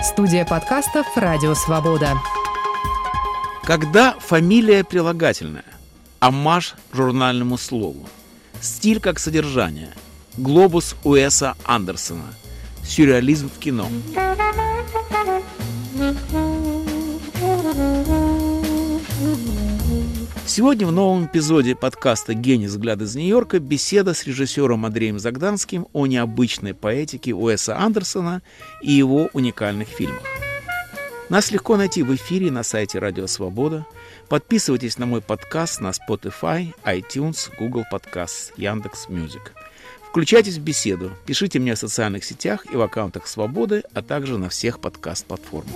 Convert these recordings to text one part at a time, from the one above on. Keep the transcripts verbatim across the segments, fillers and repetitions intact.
Студия подкастов «Радио Свобода». Когда фамилия прилагательная, оммаж журнальному слову, стиль как содержание, глобус Уэса Андерсона, сюрреализм в кино. Сегодня в новом эпизоде подкаста «Гений. Взгляд из Нью-Йорка» беседа с режиссером Андреем Загданским о необычной поэтике Уэса Андерсона и его уникальных фильмах. Нас легко найти в эфире на сайте Радио Свобода. Подписывайтесь на мой подкаст на Spotify, iTunes, Google Podcasts, Яндекс.Мьюзик. Включайтесь в беседу, пишите мне в социальных сетях и в аккаунтах Свободы, а также на всех подкаст-платформах.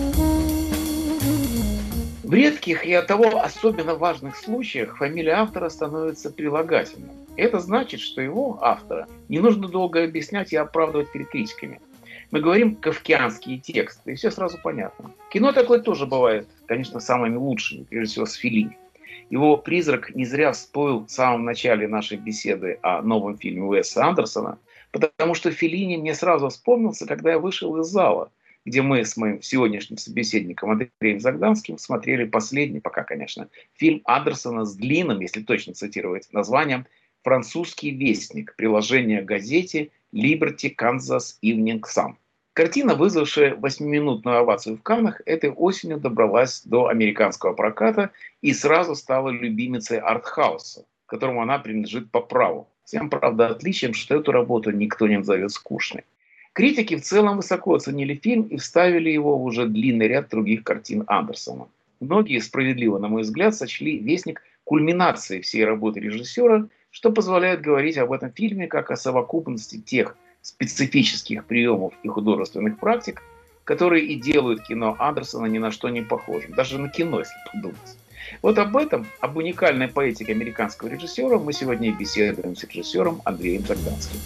В редких и оттого особенно важных случаях фамилия автора становится прилагательным. Это значит, что его, автора, не нужно долго объяснять и оправдывать перед критиками. Мы говорим кафкианские тексты, и все сразу понятно. Кино такое тоже бывает, конечно, самыми лучшими, прежде всего с Феллини. Его «Призрак» не зря всплыл в самом начале нашей беседы о новом фильме Уэса Андерсона, потому что Феллини мне сразу вспомнился, когда я вышел из зала, где мы с моим сегодняшним собеседником Андреем Загданским смотрели последний, пока, конечно, фильм Андерсона с длинным, если точно цитировать, названием «Французский вестник», приложение к газете Liberty Kansas Evening Sun. Картина, вызвавшая восьмиминутную овацию в Каннах, этой осенью добралась до американского проката и сразу стала любимицей артхауса, которому она принадлежит по праву. С тем, правда, отличием, что эту работу никто не назовет скучной. Критики в целом высоко оценили фильм и вставили его в уже длинный ряд других картин Андерсона. Многие, справедливо, на мой взгляд, сочли «Вестник» кульминацией всей работы режиссера, что позволяет говорить об этом фильме как о совокупности тех специфических приемов и художественных практик, которые и делают кино Андерсона ни на что не похожим, даже на кино, если подумать. Вот об этом, об уникальной поэтике американского режиссера мы сегодня и беседуем с режиссером Андреем Загданским.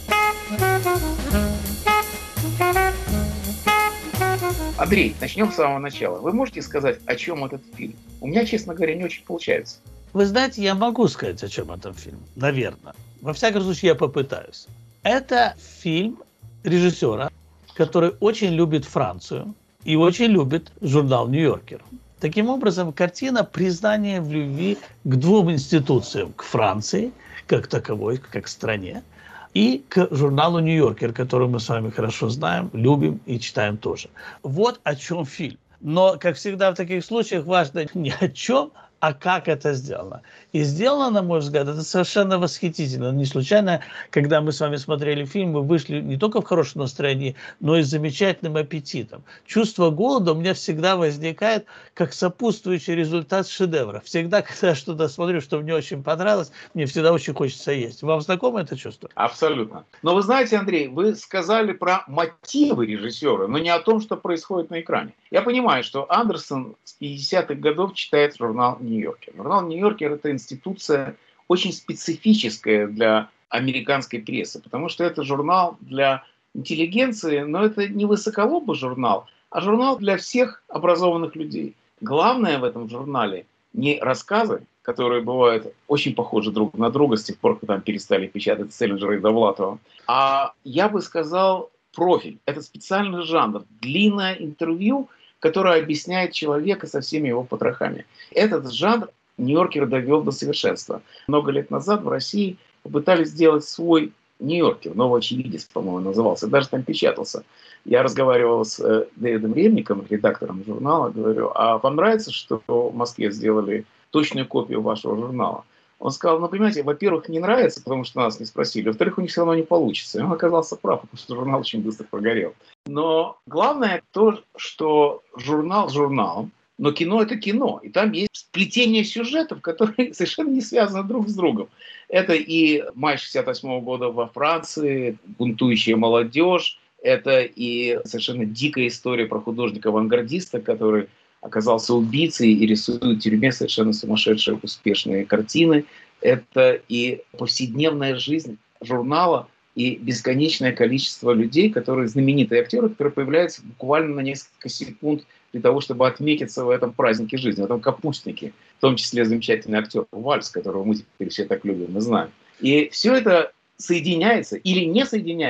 Андрей, начнем с самого начала. Вы можете сказать, о чем этот фильм? У меня, честно говоря, не очень получается. Вы знаете, я могу сказать, о чем этот фильм. Наверное. Во всяком случае, я попытаюсь. Это фильм режиссера, который очень любит Францию и очень любит журнал «Нью-Йоркер». Таким образом, картина признания в любви к двум институциям. К Франции, как таковой, как стране, и к журналу «Нью-Йоркер», который мы с вами хорошо знаем, любим и читаем тоже. Вот о чем фильм. Но, как всегда в таких случаях, важно не о чем, а как это сделано. И сделано, на мой взгляд, это совершенно восхитительно. Не случайно, когда мы с вами смотрели фильм, мы вышли не только в хорошем настроении, но и с замечательным аппетитом. Чувство голода у меня всегда возникает как сопутствующий результат шедевра. Всегда, когда я что-то смотрю, что мне очень понравилось, мне всегда очень хочется есть. Вам знакомо это чувство? Абсолютно. Но вы знаете, Андрей, вы сказали про мотивы режиссера, но не о том, что происходит на экране. Я понимаю, что Андерсон с пятидесятых годов читает журнал «Нью-Йоркер». Журнал «Нью-Йоркер» — это институция очень специфическая для американской прессы, потому что это журнал для интеллигенции, но это не высоколобый журнал, а журнал для всех образованных людей. Главное в этом журнале не рассказы, которые бывают очень похожи друг на друга с тех пор, как там перестали печатать Селлинджера и Довлатова, а я бы сказал профиль. Это специальный жанр, длинное интервью, которое объясняет человека со всеми его потрохами. Этот жанр Нью-Йоркер довел до совершенства. Много лет назад в России попытались сделать свой Нью-Йоркер, «Новый очевидец», по-моему, назывался, даже там печатался. Я разговаривал с э, Дэвидом Ремником, редактором журнала, говорю, а вам нравится, что в Москве сделали точную копию вашего журнала? Он сказал, ну, понимаете, во-первых, не нравится, потому что нас не спросили, во-вторых, у них все равно не получится. И он оказался прав, потому что журнал очень быстро прогорел. Но главное то, что журнал журналом, но кино — это кино. И там есть сплетение сюжетов, которые совершенно не связаны друг с другом. Это и май шестьдесят восьмого года во Франции, бунтующая молодежь. Это и совершенно дикая история про художника-авангардиста, который оказался убийцей и рисует в тюрьме совершенно сумасшедшие успешные картины. Это и повседневная жизнь журнала, и бесконечное количество людей, которые, знаменитые актеры, которые появляются буквально на несколько секунд для того, чтобы отметиться в этом празднике жизни, в этом капустнике. В том числе замечательный актер Вальс, которого мы теперь все так любим и знаем. И все это соединяется или не соединяется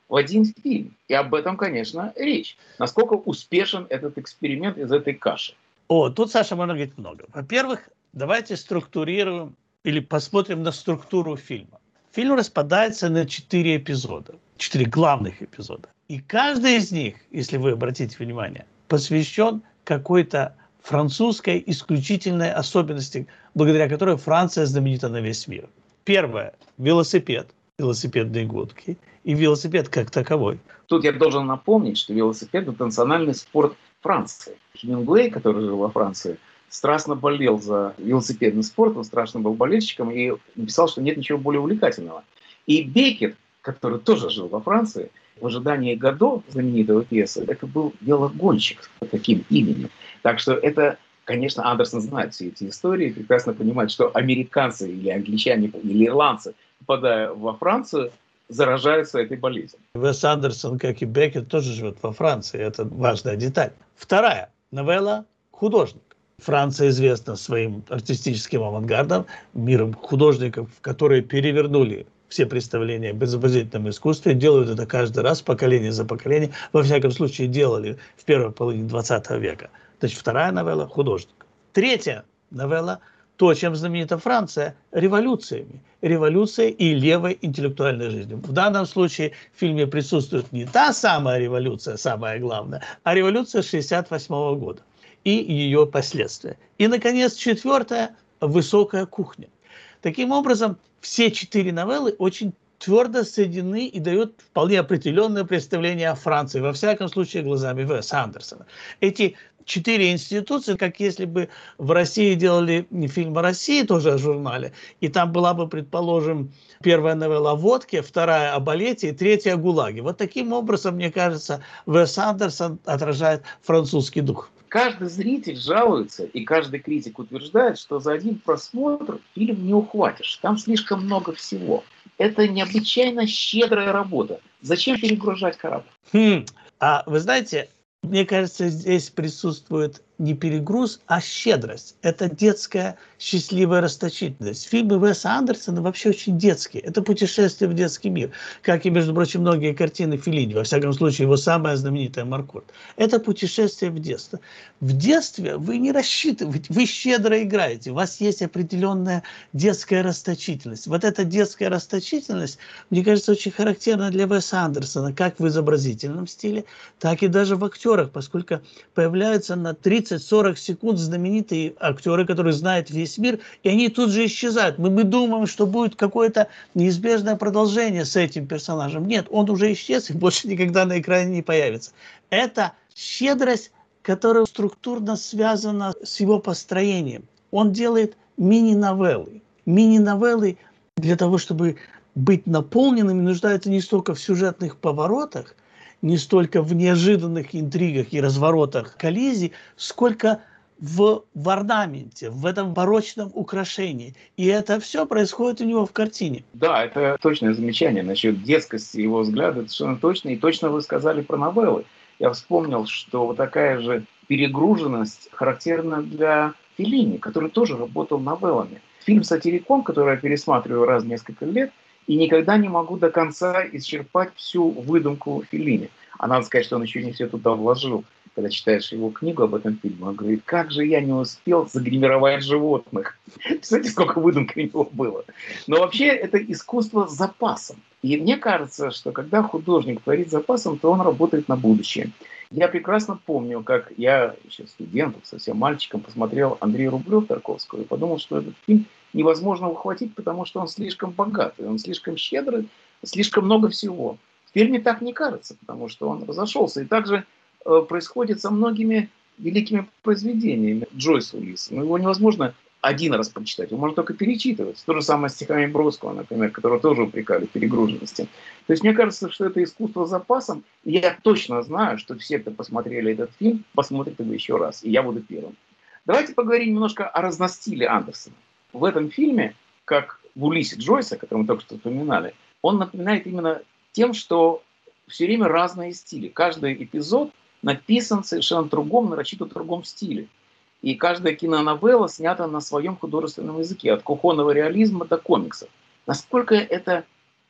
в один фильм. И об этом, конечно, речь. Насколько успешен этот эксперимент из этой каши. О, тут, Саша, можно говорить много. Во-первых, давайте структурируем или посмотрим на структуру фильма. Фильм распадается на четыре эпизода, четыре главных эпизода. И каждый из них, если вы обратите внимание, посвящен какой-то французской исключительной особенности, благодаря которой Франция знаменита на весь мир. Первое – велосипед, велосипедные гонки и велосипед как таковой. Тут я должен напомнить, что велосипед – это национальный спорт Франции. Хемингуэй, который жил во Франции, страстно болел за велосипедный спорт, он страшно был болельщиком и написал, что нет ничего более увлекательного. И Беккет, который тоже жил во Франции, в ожидании Годо, знаменитого пьесы, это был велогонщик с таким именем. Так что это, конечно, Андерсон знает все эти истории, прекрасно понимает, что американцы или англичане или ирландцы, попадая во Францию, заражаются этой болезнью. Уэс Андерсон, как и Беккет, тоже живет во Франции. Это важная деталь. Вторая новелла «Художник». Франция известна своим артистическим авангардом, миром художников, которые перевернули все представления об изобразительном искусстве, делают это каждый раз, поколение за поколением. Во всяком случае, делали в первой половине двадцатого века. Значит, вторая новелла «Художник». Третья новелла – то, чем знаменита Франция – революциями. Революцией и левой интеллектуальной жизнью. В данном случае в фильме присутствует не та самая революция, самая главная, а революция шестьдесят восьмого года и ее последствия. И, наконец, четвертая – «Высокая кухня». Таким образом, все четыре новеллы очень твердо соединены и дают вполне определенное представление о Франции, во всяком случае, глазами Уэса Андерсона. Эти четыре институции, как если бы в России делали фильм о России, тоже о журнале, и там была бы, предположим, первая новелла о водке, вторая о балете и третья о ГУЛАГе. Вот таким образом, мне кажется, Уэс Андерсон отражает французский дух. Каждый зритель жалуется, и каждый критик утверждает, что за один просмотр фильм не ухватишь. Там слишком много всего. Это необычайно щедрая работа. Зачем перегружать корабль? Хм. А вы знаете, мне кажется, здесь присутствует не перегруз, а щедрость. Это детская счастливая расточительность. Фильмы Уэса Андерсона вообще очень детские. Это путешествие в детский мир. Как и, между прочим, многие картины Феллини. Во всяком случае, его самая знаменитая «Маркорд». Это путешествие в детство. В детстве вы не рассчитываете, вы щедро играете. У вас есть определенная детская расточительность. Вот эта детская расточительность, мне кажется, очень характерна для Уэса Андерсона, как в изобразительном стиле, так и даже в актерах, поскольку появляются на тридцать-сорок секунд знаменитые актеры, которые знают весь мир, и они тут же исчезают. Мы, мы думаем, что будет какое-то неизбежное продолжение с этим персонажем. Нет, он уже исчез и больше никогда на экране не появится. Это щедрость, которая структурно связана с его построением. Он делает мини-новеллы. Мини-новеллы для того, чтобы быть наполненными, нуждаются не столько в сюжетных поворотах, не столько в неожиданных интригах и разворотах коллизий, сколько в, в орнаменте, в этом барочном украшении. И это все происходит у него в картине. Да, это точное замечание насчет детскости его взгляда. Это совершенно точно. И точно вы сказали про новеллы. Я вспомнил, что вот такая же перегруженность характерна для Феллини, который тоже работал новеллами. Фильм «Сатирикон», который я пересматриваю раз в несколько лет, и никогда не могу до конца исчерпать всю выдумку Феллини. А надо сказать, что он еще не все туда вложил. Когда читаешь его книгу об этом фильме, он говорит, как же я не успел загримировать животных. Представляете, сколько выдумки у него было. Но вообще это искусство с запасом. И мне кажется, что когда художник творит с запасом, то он работает на будущее. Я прекрасно помню, как я еще студентом, совсем мальчиком, посмотрел Андрея Рублев Тарковского и подумал, что этот фильм невозможно ухватить, потому что он слишком богатый, он слишком щедрый, слишком много всего. В фильме так не кажется, потому что он разошелся. И также э, происходит со многими великими произведениями Джойса Уиллиса. Но его невозможно один раз прочитать, его можно только перечитывать. То же самое с стихами Бродского, например, которого тоже упрекали в перегруженности. То есть мне кажется, что это искусство с запасом. И я точно знаю, что все, кто посмотрели этот фильм, посмотрят его еще раз. И я буду первым. Давайте поговорим немножко о разностиле Андерсона. В этом фильме, как в «Улиссе» Джойса, который мы только что упоминали, он напоминает именно тем, что все время разные стили. Каждый эпизод написан совершенно в другом, нарочито в другом стиле. И каждая киноновелла снята на своем художественном языке, от кухонного реализма до комиксов. Насколько это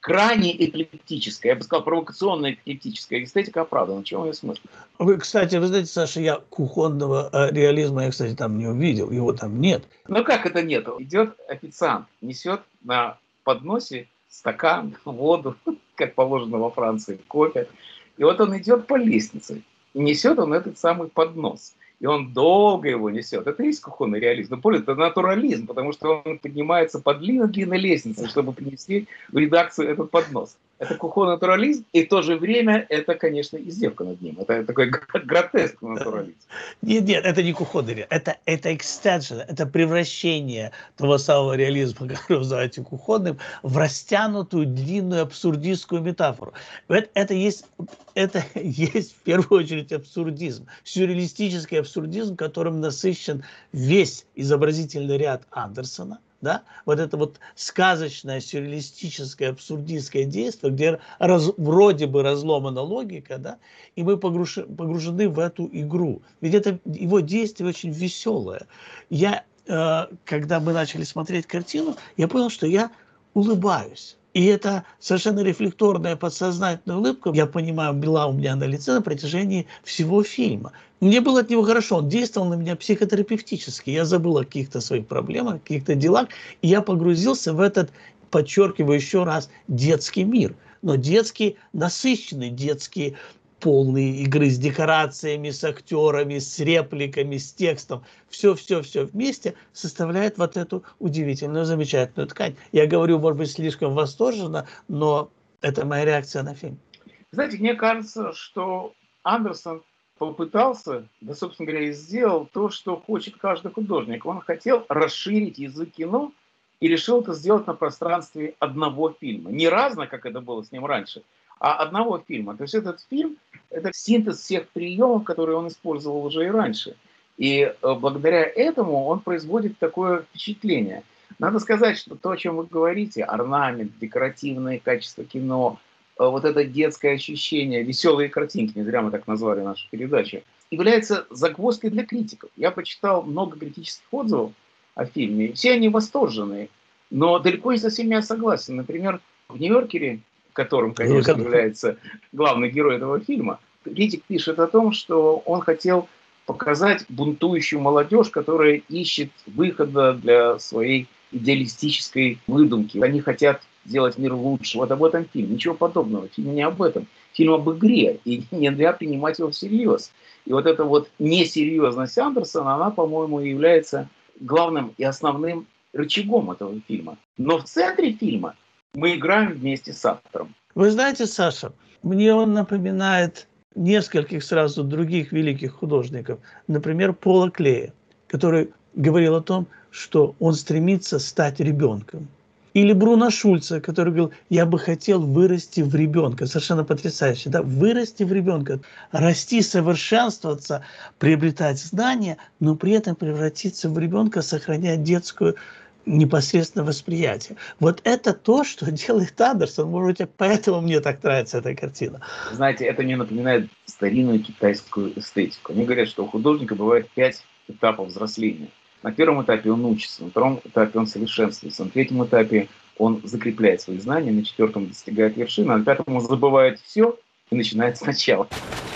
крайне эклектическая, я бы сказал, провокационная эклектическая эстетика оправдана. В чем ее смысл? Вы, кстати, вы знаете, Саша, я кухонного э, реализма, я, кстати, там не увидел, его там нет. Ну как это нет? Идет официант, несет на подносе стакан, воду, как положено во Франции, кофе. И вот он идет по лестнице, и несет он этот самый поднос. И он долго его несет. Это и есть кухонный реализм. Но более это натурализм, потому что он поднимается по длинной-длинной лестнице, чтобы принести в редакцию этот поднос. Это кухонный натурализм, и в то же время это, конечно, издевка над ним. Это такой гротескный натурализм. Нет, нет, это не кухонный реализм. Это, это экстеншн, это превращение того самого реализма, который вы называете кухонным, в растянутую, длинную, абсурдистскую метафору. Это, это, есть, это есть в первую очередь абсурдизм. Сюрреалистический абсурдизм, которым насыщен весь изобразительный ряд Андерсона. Да? Вот это вот сказочное, сюрреалистическое, абсурдистское действие, где раз, вроде бы разломана логика, да? И мы погружены, погружены в эту игру. Ведь это его действие очень веселое. Я, э, когда мы начали смотреть картину, я понял, что я улыбаюсь. И это совершенно рефлекторная подсознательная улыбка, я понимаю, была у меня на лице на протяжении всего фильма. Мне было от него хорошо, он действовал на меня психотерапевтически. Я забыл о каких-то своих проблемах, о каких-то делах, и я погрузился в этот, подчеркиваю еще раз, детский мир. Но детский, насыщенный, детский, полный игры с декорациями, с актерами, с репликами, с текстом. Все-все-все вместе составляет вот эту удивительную, замечательную ткань. Я говорю, может быть, слишком восторженно, но это моя реакция на фильм. Знаете, мне кажется, что Андерсон попытался, да, собственно говоря, и сделал то, что хочет каждый художник. Он хотел расширить язык кино и решил это сделать на пространстве одного фильма. Не разно, как это было с ним раньше, а одного фильма. То есть этот фильм – это синтез всех приемов, которые он использовал уже и раньше. И э, благодаря этому он производит такое впечатление. Надо сказать, что то, о чем вы говорите, орнамент, декоративные качества кино, э, вот это детское ощущение, веселые картинки, не зря мы так назвали нашу передачу, является загвоздкой для критиков. Я почитал много критических отзывов о фильме, все они восторженные, но далеко не со всеми я согласен. Например, в «Нью-Йоркере», которым, конечно, является главный герой этого фильма, критик пишет о том, что он хотел показать бунтующую молодежь, которая ищет выхода для своей идеалистической выдумки. Они хотят сделать мир лучше. Вот об этом фильм. Ничего подобного. Фильм не об этом. Фильм об игре. И нельзя принимать его всерьез. И вот эта вот несерьезность Андерсона, она, по-моему, является главным и основным рычагом этого фильма. Но в центре фильма мы играем вместе с автором. Вы знаете, Саша, мне он напоминает нескольких сразу других великих художников. Например, Пола Клея, который говорил о том, что он стремится стать ребенком. Или Бруно Шульца, который говорил, я бы хотел вырасти в ребенка. Совершенно потрясающе. Да? Вырасти в ребенка, расти, совершенствоваться, приобретать знания, но при этом превратиться в ребенка, сохраняя детскую непосредственно восприятие. Вот это то, что делает Андерсон. Может быть, поэтому мне так нравится эта картина. Знаете, это мне напоминает старинную китайскую эстетику. Они говорят, что у художника бывает пять этапов взросления. На первом этапе он учится, на втором этапе он совершенствуется, на третьем этапе он закрепляет свои знания, на четвертом достигает вершины, а на пятом он забывает все и начинает сначала.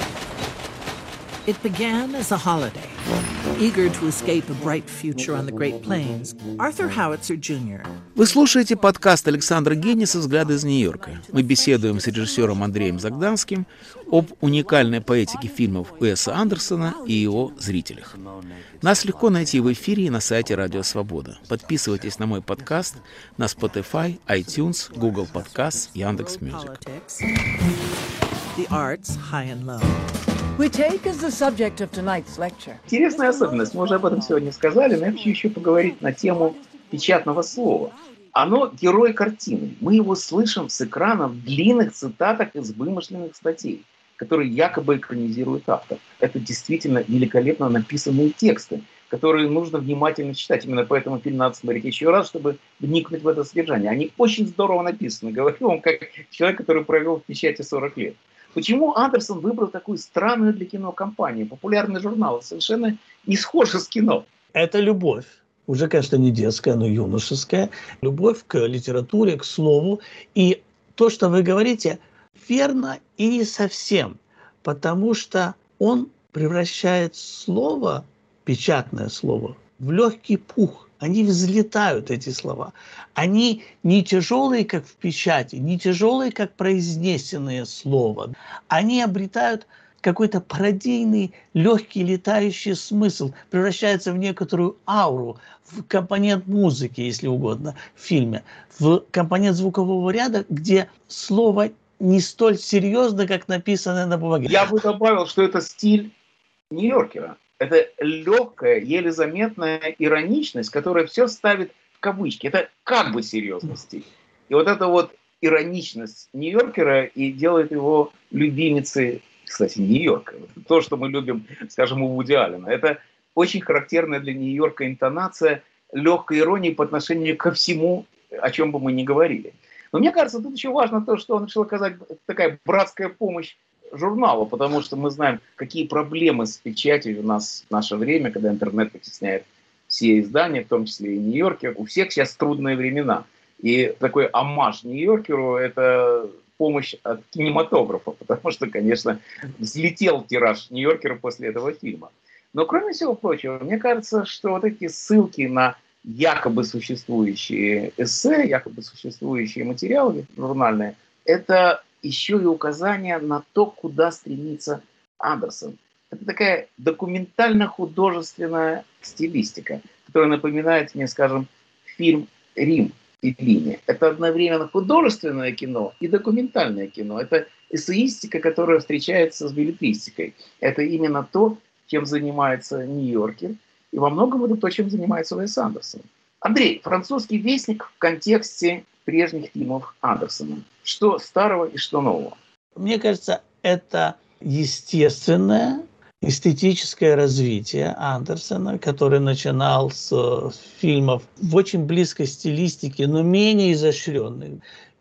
It began as a holiday. Eager to escape a bright future on the Great Plains, Arthur Howitzer Джуниор Вы слушаете подкаст Александра Генниса «Взгляды из Нью-Йорка». Мы беседуем с режиссером Андреем Загданским об уникальной поэтике фильмов Уэса Андерсона и его зрителях. Нас легко найти в эфире и на сайте Радио Свобода. Подписывайтесь на мой подкаст на Spotify, iTunes, Google Podcasts, Яндекс.Мьюзик. The arts, high and low. We take as the subject of tonight's lecture. Интересная особенность, мы уже об этом сегодня сказали, но я хочу еще поговорить на тему печатного слова. Оно герой картины. Мы его слышим с экрана в длинных цитатах из вымышленных статей, которые якобы экранизирует автор. Это действительно великолепно написанные тексты, которые нужно внимательно читать. Именно поэтому фильм надо смотреть еще раз, чтобы вникнуть в это содержание. Они очень здорово написаны. Говорю вам, как человек, который провел в печати сорок лет. Почему Андерсон выбрал такую странную для кино компанию? Популярный журнал совершенно не схожи с кино. Это любовь. Уже, конечно, не детская, но юношеская. Любовь к литературе, к слову. И то, что вы говорите, верно и не совсем, потому что он превращает слово, печатное слово, в легкий пух. Они взлетают, эти слова. Они не тяжелые, как в печати, не тяжелые, как произнесенное слово. Они обретают какой-то пародийный, легкий, летающий смысл, превращается в некоторую ауру, в компонент музыки, если угодно, в фильме, в компонент звукового ряда, где слово не столь серьезно, как написано на бумаге. Я бы добавил, что это стиль Нью-Йоркера. Это легкая, еле заметная ироничность, которая все ставит в кавычки. Это как бы серьезный стиль. И вот эта вот ироничность Нью-Йоркера и делает его любимицей, кстати, Нью-Йорка. То, что мы любим, скажем, у Вуди Аллена. Это очень характерная для Нью-Йорка интонация легкой иронии по отношению ко всему, о чем бы мы ни говорили. Но мне кажется, тут еще важно то, что он решил оказать такая братская помощь журналу, потому что мы знаем, какие проблемы с печатью у нас в наше время, когда интернет потесняет все издания, в том числе и Нью-Йоркер. У всех сейчас трудные времена. И такой оммаж Нью-Йоркеру – это помощь от кинематографа, потому что, конечно, взлетел тираж Нью-Йоркера после этого фильма. Но, кроме всего прочего, мне кажется, что вот эти ссылки на якобы существующие эссе, якобы существующие материалы журнальные, это еще и указание на то, куда стремится Андерсон. Это такая документально-художественная стилистика, которая напоминает мне, скажем, фильм «Рим» Феллини. Это одновременно художественное кино и документальное кино. Это эссеистика, которая встречается с беллетристикой. Это именно то, чем занимается Нью-Йоркер. И во многом это то, чем занимается Уэс Андерсон. Андрей, «Французский вестник» в контексте прежних фильмов Андерсона. Что старого и что нового? Мне кажется, это естественное эстетическое развитие Андерсона, который начинал с фильмов в очень близкой стилистике, но менее изощренных,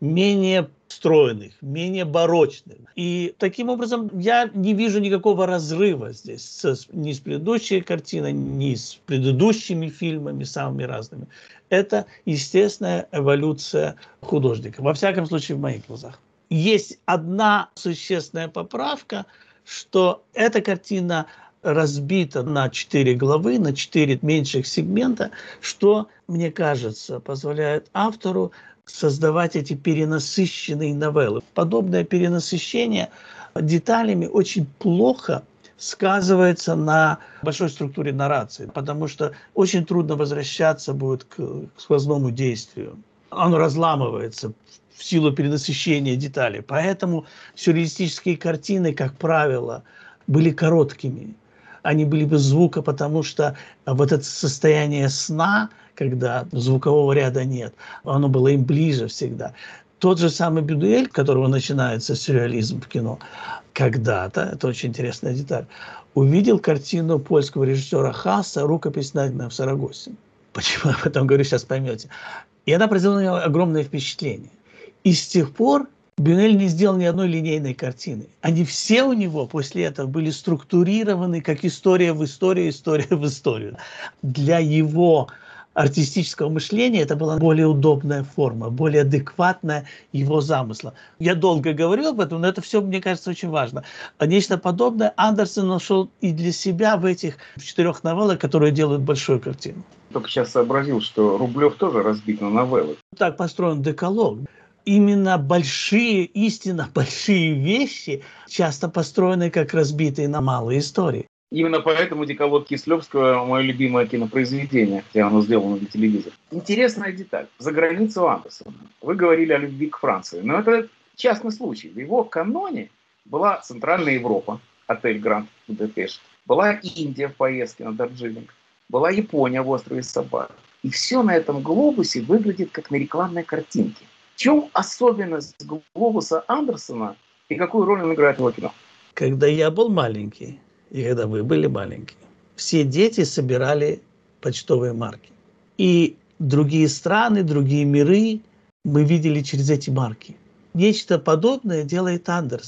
менее стройных, менее барочных. И таким образом я не вижу никакого разрыва здесь с, ни с предыдущей картиной, ни с предыдущими фильмами, самыми разными. Это естественная эволюция художника, во всяком случае в моих глазах. Есть одна существенная поправка, что эта картина разбита на четыре главы, на четыре меньших сегмента, что, мне кажется, позволяет автору создавать эти перенасыщенные новеллы. Подобное перенасыщение деталями очень плохо сказывается на большой структуре наррации, потому что очень трудно возвращаться будет к сквозному действию. Оно разламывается в силу перенасыщения деталей. Поэтому сюрреалистические картины, как правило, были короткими. Они были без звука, потому что вот это состояние сна, когда звукового ряда нет, оно было им ближе всегда. Тот же самый Бюнюэль, которого начинается сюрреализм в кино, когда-то, это очень интересная деталь, увидел картину польского режиссера Хаса «Рукопись, найденная в Сарагосе». Почему я об этом говорю, сейчас поймете. И она произвела на него огромное впечатление. И с тех пор Бюнюэль не сделал ни одной линейной картины. Они все у него после этого были структурированы как история в историю, история в историю. Для его артистического мышления это была более удобная форма, более адекватная его замысла. Я долго говорю об этом, но это все, мне кажется, очень важно. А нечто подобное Андерсон нашел и для себя в этих четырех новеллах, которые делают большую картину. Только сейчас сообразил, что Рублев тоже разбит на новеллы. Так построен декалог. Именно большие, истинно большие вещи часто построены как разбитые на малые истории. Именно поэтому «Декалог» Кислевского – мое любимое кинопроизведение, хотя оно сделано для телевизора. Интересная деталь. За границу Андерсона. Вы говорили о любви к Франции, но это частный случай. В его каноне была Центральная Европа, отель Гранд Будапешт, была Индия в поездке на Дарджилинг, была Япония в острове Сабар. И все на этом глобусе выглядит как на рекламной картинке. В чем особенность глобуса Андерсона и какую роль он играет в его кино? Когда я был маленький, и когда вы были маленькие, все дети собирали почтовые марки. И другие страны, другие миры мы видели через эти марки. Нечто подобное делает Андерсон.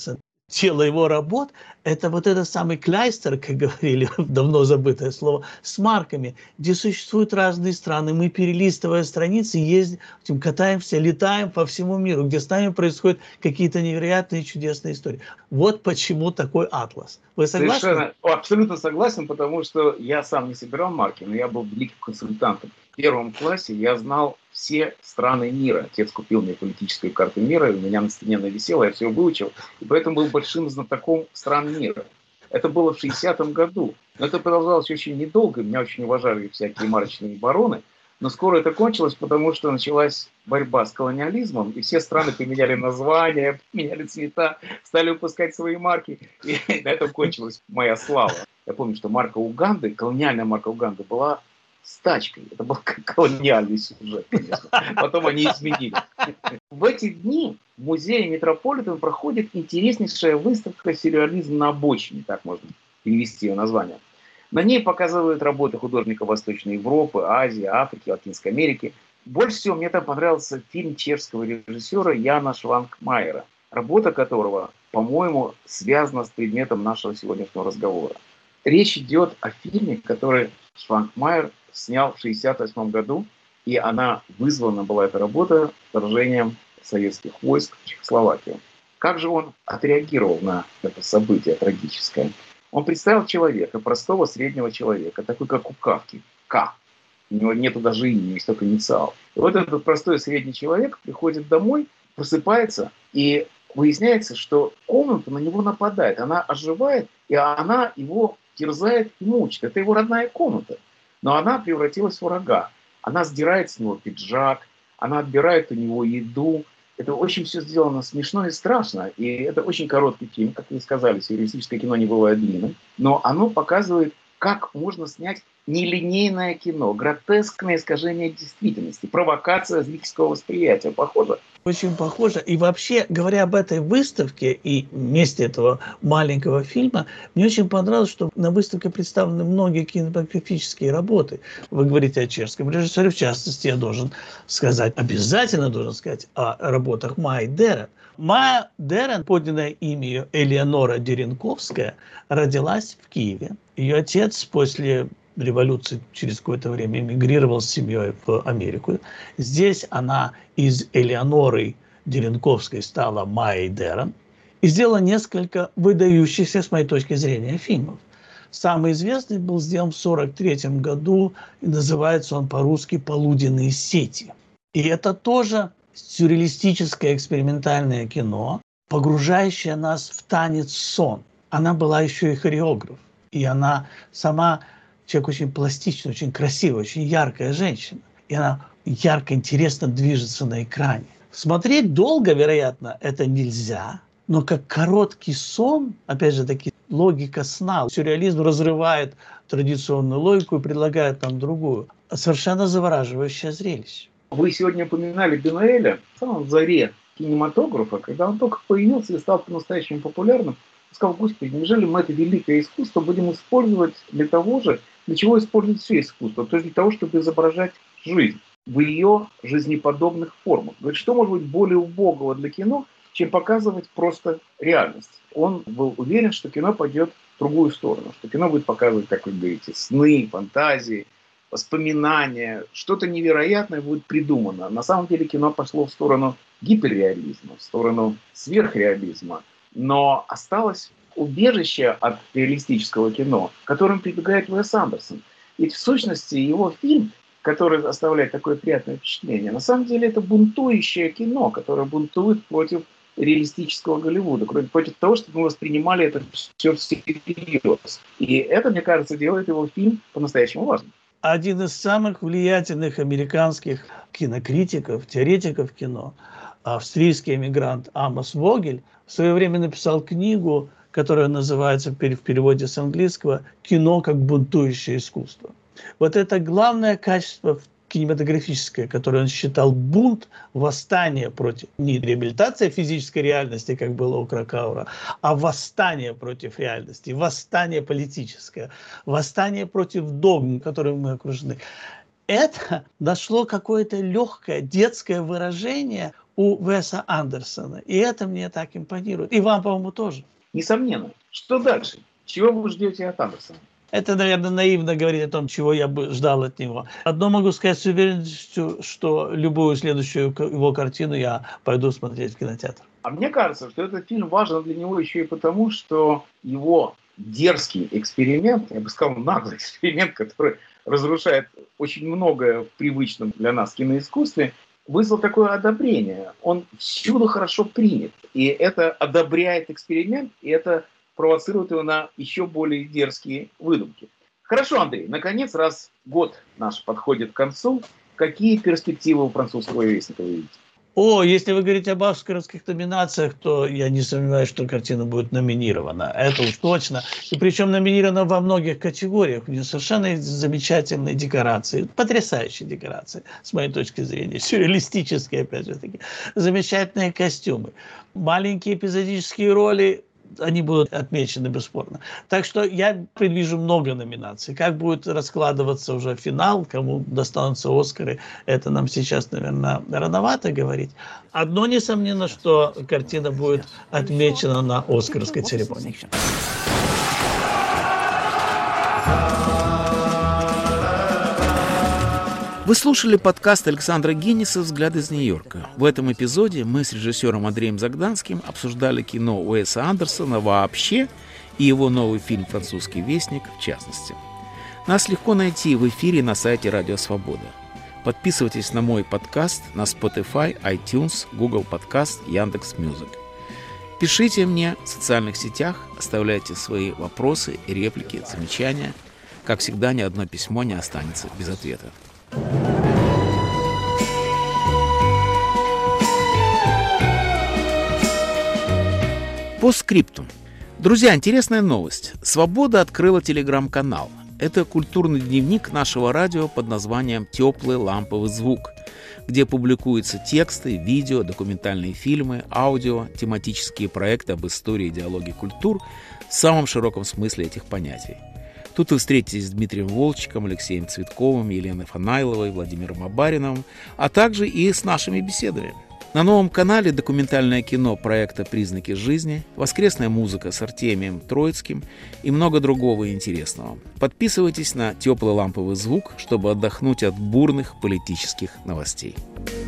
тело его работ – это вот этот самый кляйстер, как говорили, давно забытое слово, с марками, где существуют разные страны. Мы, перелистывая страницы, ездим, катаемся, летаем по всему миру, где с нами происходят какие-то невероятные чудесные истории. Вот почему такой атлас. Вы согласны? Совершенно, абсолютно согласен, потому что я сам не собирал марки, но я был великим консультантом. В первом классе я знал все страны мира. Отец купил мне политическую карту мира, и у меня на стене она висела, я все выучил, и поэтому был большим знатоком стран мира. Это было в шестидесятом году. Но это продолжалось очень недолго, меня очень уважали всякие марочные бароны, но скоро это кончилось, потому что началась борьба с колониализмом, и все страны поменяли названия, поменяли цвета, стали выпускать свои марки, и на этом кончилась моя слава. Я помню, что марка Уганды, колониальная марка Уганды была с тачкой. Это был колониальный сюжет, конечно. Потом они изменили. В эти дни в музее Метрополитен проходит интереснейшая выставка «Сюрреализм на обочине», так можно перевести ее название. На ней показывают работы художников Восточной Европы, Азии, Африки, Латинской Америки. Больше всего мне там понравился фильм чешского режиссера Яна Швангмайера, работа которого, по-моему, связана с предметом нашего сегодняшнего разговора. Речь идет о фильме, который Швангмайер снял в шестьдесят восьмом году, и она вызвана была, эта работа, вторжением советских войск в Чехословакию. Как же он отреагировал на это событие трагическое? Он представил человека, простого среднего человека, такой как у Кафки, К. У него нету даже имени, есть только инициал. И вот этот простой средний человек приходит домой, просыпается, и выясняется, что комната на него нападает. Она оживает, и она его терзает и мучит. Это его родная комната. Но она превратилась в врага. Она сдирает с него пиджак, она отбирает у него еду. Это очень все сделано смешно и страшно. И это очень короткий фильм, как вы сказали, сюрреалистическое кино не бывает длинным. Но оно показывает, как можно снять нелинейное кино, гротескное искажение действительности, провокация зрительского восприятия. Похоже? Очень похоже. И вообще, говоря об этой выставке и месте этого маленького фильма, мне очень понравилось, что на выставке представлены многие кинематографические работы. Вы говорите о чешском режиссере, в частности, я должен сказать, обязательно должен сказать о работах Майи Дерен. Майя Дерен, подлинное имя ее Элеонора Деренковская, родилась в Киеве. Ее отец после революции через какое-то время эмигрировал с семьей в Америку. Здесь она из Элеоноры Деренковской стала Майей Дерен и сделала несколько выдающихся, с моей точки зрения, фильмов. Самый известный был сделан в сорок третьем году, и называется он по-русски «Полуденные сети». И это тоже сюрреалистическое экспериментальное кино, погружающее нас в танец сон. Она была еще и хореограф, и она сама человек очень пластичный, очень красивый, очень яркая женщина. И она ярко, интересно движется на экране. Смотреть долго, вероятно, это нельзя, но как короткий сон, опять же таки, логика сна. Сюрреализм разрывает традиционную логику и предлагает нам другую. Совершенно завораживающее зрелище. Вы сегодня упоминали Бенуэля в самом заре кинематографа, когда он только появился и стал по-настоящему популярным. Он сказал: Господи, неужели мы это великое искусство будем использовать для того же, для чего используют все искусство? То есть для того, чтобы изображать жизнь в ее жизнеподобных формах. Говорит, что может быть более убогого для кино, чем показывать просто реальность? Он был уверен, что кино пойдет в другую сторону, что кино будет показывать, как вы говорите, сны, фантазии, воспоминания, что-то невероятное будет придумано. На самом деле кино пошло в сторону гиперреализма, в сторону сверхреализма, но осталось убежище от реалистического кино, к которому прибегает Уэс Андерсон. Ведь в сущности его фильм, который оставляет такое приятное впечатление, на самом деле это бунтующее кино, которое бунтует против реалистического Голливуда, против того, чтобы мы воспринимали это все всерьез. И это, мне кажется, делает его фильм по-настоящему важным. Один из самых влиятельных американских кинокритиков, теоретиков кино, австрийский эмигрант Амос Вогель, в свое время написал книгу, которая называется в переводе с английского «Кино как бунтующее искусство». Вот это главное качество кинематографическое, которое он считал бунт, восстание против, не реабилитация физической реальности, как было у Кракаура, а восстание против реальности, восстание политическое, восстание против догм, которыми мы окружены. Это нашло какое-то легкое детское выражение у Уэса Андерсона. И это мне так импонирует. И вам, по-моему, тоже. несомненно. Что дальше? Чего вы ждете от Андерсона? Это, наверное, наивно говорить о том, чего я бы ждал от него. Одно могу сказать с уверенностью, что любую следующую его картину я пойду смотреть в кинотеатр. А мне кажется, что этот фильм важен для него еще и потому, что его дерзкий эксперимент, я бы сказал, наглый эксперимент, который разрушает очень многое в привычном для нас киноискусстве, вызвал такое одобрение. Он всюду хорошо принят. И это одобряет эксперимент, и это провоцирует его на еще более дерзкие выдумки. Хорошо, Андрей, наконец, раз год наш подходит к концу, какие перспективы у французского вестника вы видите? О, если вы говорите об оскаровских номинациях, то я не сомневаюсь, что картина будет номинирована. Это уж точно. И причем номинирована во многих категориях. У нее совершенно замечательные декорации, потрясающие декорации, с моей точки зрения, сюрреалистические, опять же таки, замечательные костюмы, маленькие эпизодические роли. Они будут отмечены бесспорно. Так что я предвижу много номинаций. Как будет раскладываться уже финал, кому достанутся Оскары, это нам сейчас, наверное, рановато говорить. Одно несомненно, что картина будет отмечена на Оскарской церемонии. Вы слушали подкаст Александра Генниса «Взгляд из Нью-Йорка». В этом эпизоде мы с режиссером Андреем Загданским обсуждали кино Уэса Андерсона вообще и его новый фильм «Французский вестник» в частности. Нас легко найти в эфире на сайте Радио Свобода. Подписывайтесь на мой подкаст на Spotify, iTunes, Google Podcast, Яндекс.Мьюзик. Пишите мне в социальных сетях, оставляйте свои вопросы, реплики, замечания. Как всегда, ни одно письмо не останется без ответа. По скрипту. Друзья, интересная новость. «Свобода» открыла телеграм-канал. Это культурный дневник нашего радио под названием «Теплый ламповый звук», где публикуются тексты, видео, документальные фильмы, аудио, тематические проекты об истории и идеологии культур в самом широком смысле этих понятий. Тут вы встретитесь с Дмитрием Волчиком, Алексеем Цветковым, Еленой Фанайловой, Владимиром Абариновым, а также и с нашими беседами. На новом канале документальное кино проекта «Признаки жизни», воскресная музыка с Артемием Троицким и много другого интересного. Подписывайтесь на «Теплый ламповый звук», чтобы отдохнуть от бурных политических новостей.